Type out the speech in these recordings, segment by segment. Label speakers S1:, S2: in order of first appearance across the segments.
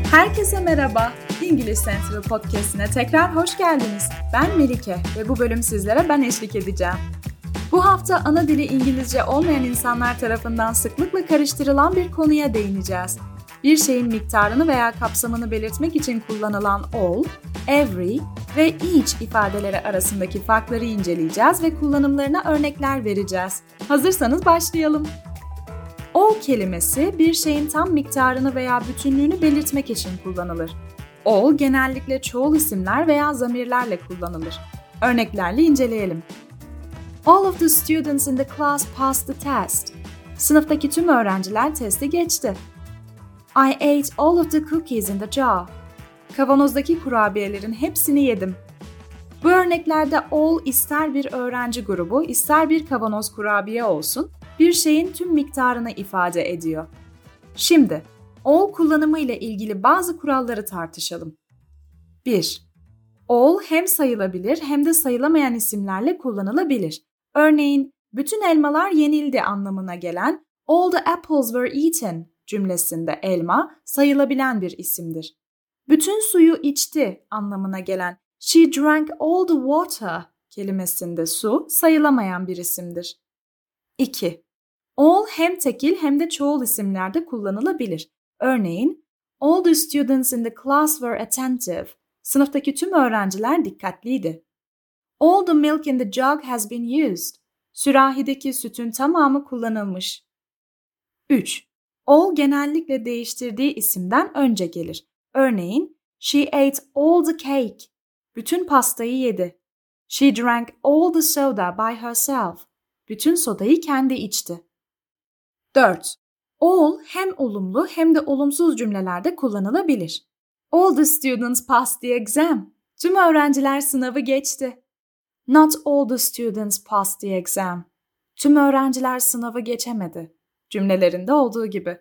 S1: Herkese merhaba. English Central Podcast'ine tekrar hoş geldiniz. Ben Melike ve bu bölüm sizlere ben eşlik edeceğim. Bu hafta ana dili İngilizce olmayan insanlar tarafından sıklıkla karıştırılan bir konuya değineceğiz. Bir şeyin miktarını veya kapsamını belirtmek için kullanılan all, every ve each ifadeleri arasındaki farkları inceleyeceğiz ve kullanımlarına örnekler vereceğiz. Hazırsanız başlayalım. All kelimesi bir şeyin tam miktarını veya bütünlüğünü belirtmek için kullanılır. All genellikle çoğul isimler veya zamirlerle kullanılır. Örneklerle inceleyelim. All of the students in the class passed the test. Sınıftaki tüm öğrenciler testi geçti. I ate all of the cookies in the jar. Kavanozdaki kurabiyelerin hepsini yedim. Bu örneklerde all ister bir öğrenci grubu, ister bir kavanoz kurabiye olsun, bir şeyin tüm miktarını ifade ediyor. Şimdi, all kullanımı ile ilgili bazı kuralları tartışalım. 1. All hem sayılabilir hem de sayılamayan isimlerle kullanılabilir. Örneğin, bütün elmalar yenildi anlamına gelen all the apples were eaten cümlesinde elma sayılabilen bir isimdir. Bütün suyu içti anlamına gelen she drank all the water kelimesinde su sayılamayan bir isimdir. 2. All hem tekil hem de çoğul isimlerde kullanılabilir. Örneğin, all the students in the class were attentive. Sınıftaki tüm öğrenciler dikkatliydi. All the milk in the jug has been used. Sürahideki sütün tamamı kullanılmış. 3. All genellikle değiştirdiği isimden önce gelir. Örneğin, she ate all the cake. Bütün pastayı yedi. She drank all the soda by herself. Bütün sodayı kendi içti. 4. All hem olumlu hem de olumsuz cümlelerde kullanılabilir. All the students passed the exam. Tüm öğrenciler sınavı geçti. Not all the students passed the exam. Tüm öğrenciler sınavı geçemedi. Cümlelerinde olduğu gibi.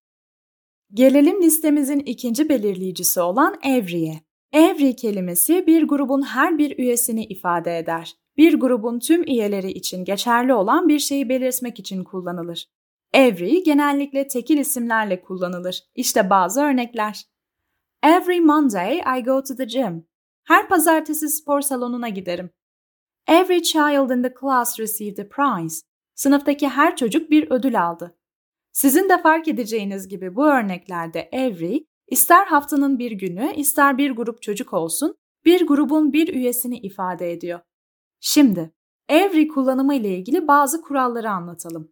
S1: Gelelim listemizin ikinci belirleyicisi olan every'e. Every kelimesi bir grubun her bir üyesini ifade eder. Bir grubun tüm üyeleri için geçerli olan bir şeyi belirtmek için kullanılır. Every genellikle tekil isimlerle kullanılır. İşte bazı örnekler. Every Monday I go to the gym. Her pazartesi spor salonuna giderim. Every child in the class received a prize. Sınıftaki her çocuk bir ödül aldı. Sizin de fark edeceğiniz gibi bu örneklerde every, ister haftanın bir günü, ister bir grup çocuk olsun, bir grubun bir üyesini ifade ediyor. Şimdi, every kullanımı ile ilgili bazı kuralları anlatalım.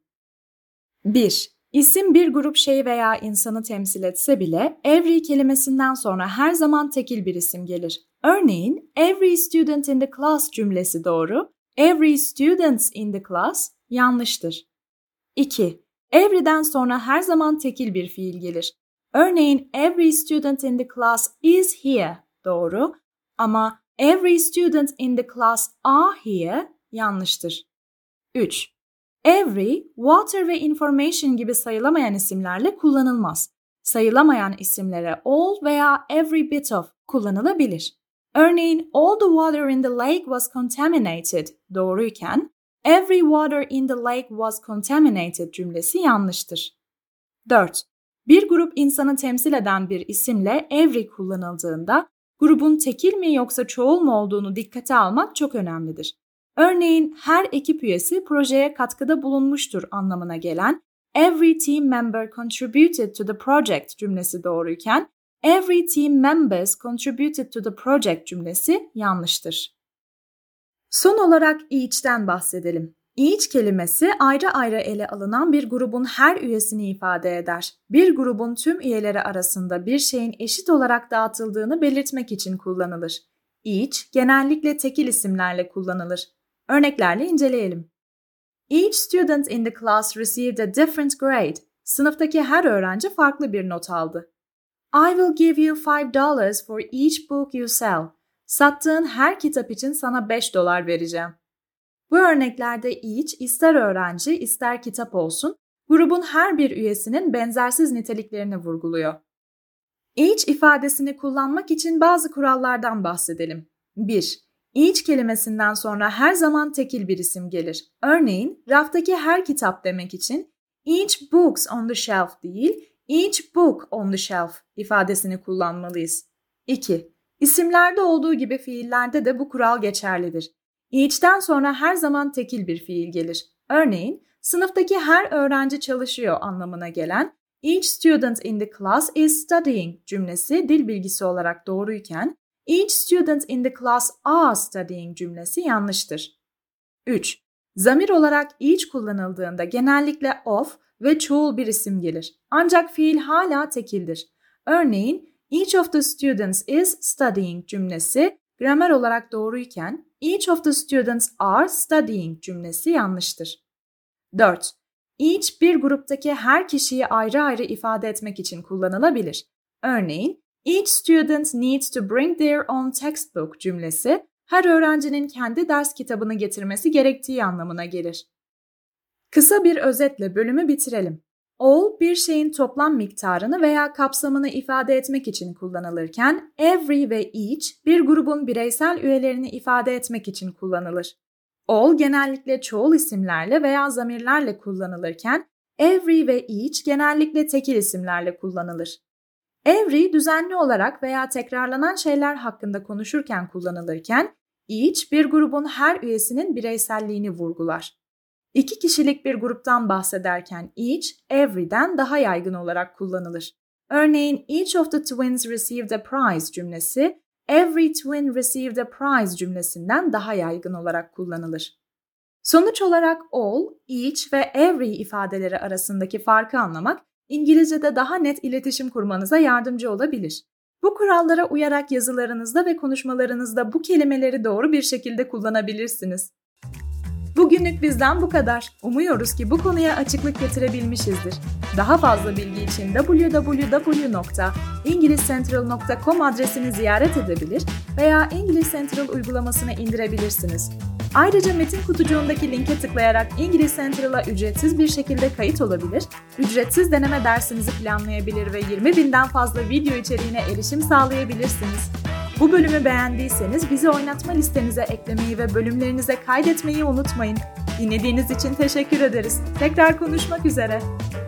S1: 1. İsim bir grup şey veya insanı temsil etse bile every kelimesinden sonra her zaman tekil bir isim gelir. Örneğin, every student in the class cümlesi doğru, every students in the class yanlıştır. 2. Every'den sonra her zaman tekil bir fiil gelir. Örneğin, every student in the class is here doğru ama every student in the class are here yanlıştır. 3. Every, water ve information gibi sayılamayan isimlerle kullanılmaz. Sayılamayan isimlere all veya every bit of kullanılabilir. Örneğin, all the water in the lake was contaminated doğruyken, every water in the lake was contaminated cümlesi yanlıştır. 4. Bir grup insanı temsil eden bir isimle every kullanıldığında, grubun tekil mi yoksa çoğul mu olduğunu dikkate almak çok önemlidir. Örneğin, her ekip üyesi projeye katkıda bulunmuştur anlamına gelen every team member contributed to the project cümlesi doğruyken, every team members contributed to the project cümlesi yanlıştır. Son olarak each'ten bahsedelim. Each kelimesi ayrı ayrı ele alınan bir grubun her üyesini ifade eder. Bir grubun tüm üyeleri arasında bir şeyin eşit olarak dağıtıldığını belirtmek için kullanılır. Each genellikle tekil isimlerle kullanılır. Örneklerle inceleyelim. Each student in the class received a different grade. Sınıftaki her öğrenci farklı bir not aldı. I will give you $5 for each book you sell. Sattığın her kitap için sana $5 vereceğim. Bu örneklerde each ister öğrenci ister kitap olsun, grubun her bir üyesinin benzersiz niteliklerini vurguluyor. Each ifadesini kullanmak için bazı kurallardan bahsedelim. 1. Each kelimesinden sonra her zaman tekil bir isim gelir. Örneğin, raftaki her kitap demek için each books on the shelf değil, each book on the shelf ifadesini kullanmalıyız. 2. İsimlerde olduğu gibi fiillerde de bu kural geçerlidir. Each'ten sonra her zaman tekil bir fiil gelir. Örneğin, sınıftaki her öğrenci çalışıyor anlamına gelen each student in the class is studying cümlesi dil bilgisi olarak doğruyken, each student in the class are studying cümlesi yanlıştır. 3. Zamir olarak each kullanıldığında genellikle of ve çoğul bir isim gelir. Ancak fiil hala tekildir. Örneğin, each of the students is studying cümlesi gramer olarak doğruyken, each of the students are studying cümlesi yanlıştır. 4. Each bir gruptaki her kişiyi ayrı ayrı ifade etmek için kullanılabilir. Örneğin, each student needs to bring their own textbook cümlesi, her öğrencinin kendi ders kitabını getirmesi gerektiği anlamına gelir. Kısa bir özetle bölümü bitirelim. All bir şeyin toplam miktarını veya kapsamını ifade etmek için kullanılırken, every ve each bir grubun bireysel üyelerini ifade etmek için kullanılır. All genellikle çoğul isimlerle veya zamirlerle kullanılırken, every ve each genellikle tekil isimlerle kullanılır. Every düzenli olarak veya tekrarlanan şeyler hakkında konuşurken kullanılırken, each bir grubun her üyesinin bireyselliğini vurgular. 2 kişilik bir gruptan bahsederken each, every'den daha yaygın olarak kullanılır. Örneğin, each of the twins received a prize cümlesi, every twin received a prize cümlesinden daha yaygın olarak kullanılır. Sonuç olarak all, each ve every ifadeleri arasındaki farkı anlamak, İngilizce'de daha net iletişim kurmanıza yardımcı olabilir. Bu kurallara uyarak yazılarınızda ve konuşmalarınızda bu kelimeleri doğru bir şekilde kullanabilirsiniz. Bugünlük bizden bu kadar. Umuyoruz ki bu konuya açıklık getirebilmişizdir. Daha fazla bilgi için www.englishcentral.com adresini ziyaret edebilir veya English Central uygulamasını indirebilirsiniz. Ayrıca metin kutucuğundaki linke tıklayarak English Central'a ücretsiz bir şekilde kayıt olabilir, ücretsiz deneme dersinizi planlayabilir ve 20.000'den fazla video içeriğine erişim sağlayabilirsiniz. Bu bölümü beğendiyseniz bizi oynatma listenize eklemeyi ve bölümlerinize kaydetmeyi unutmayın. Dinlediğiniz için teşekkür ederiz. Tekrar konuşmak üzere.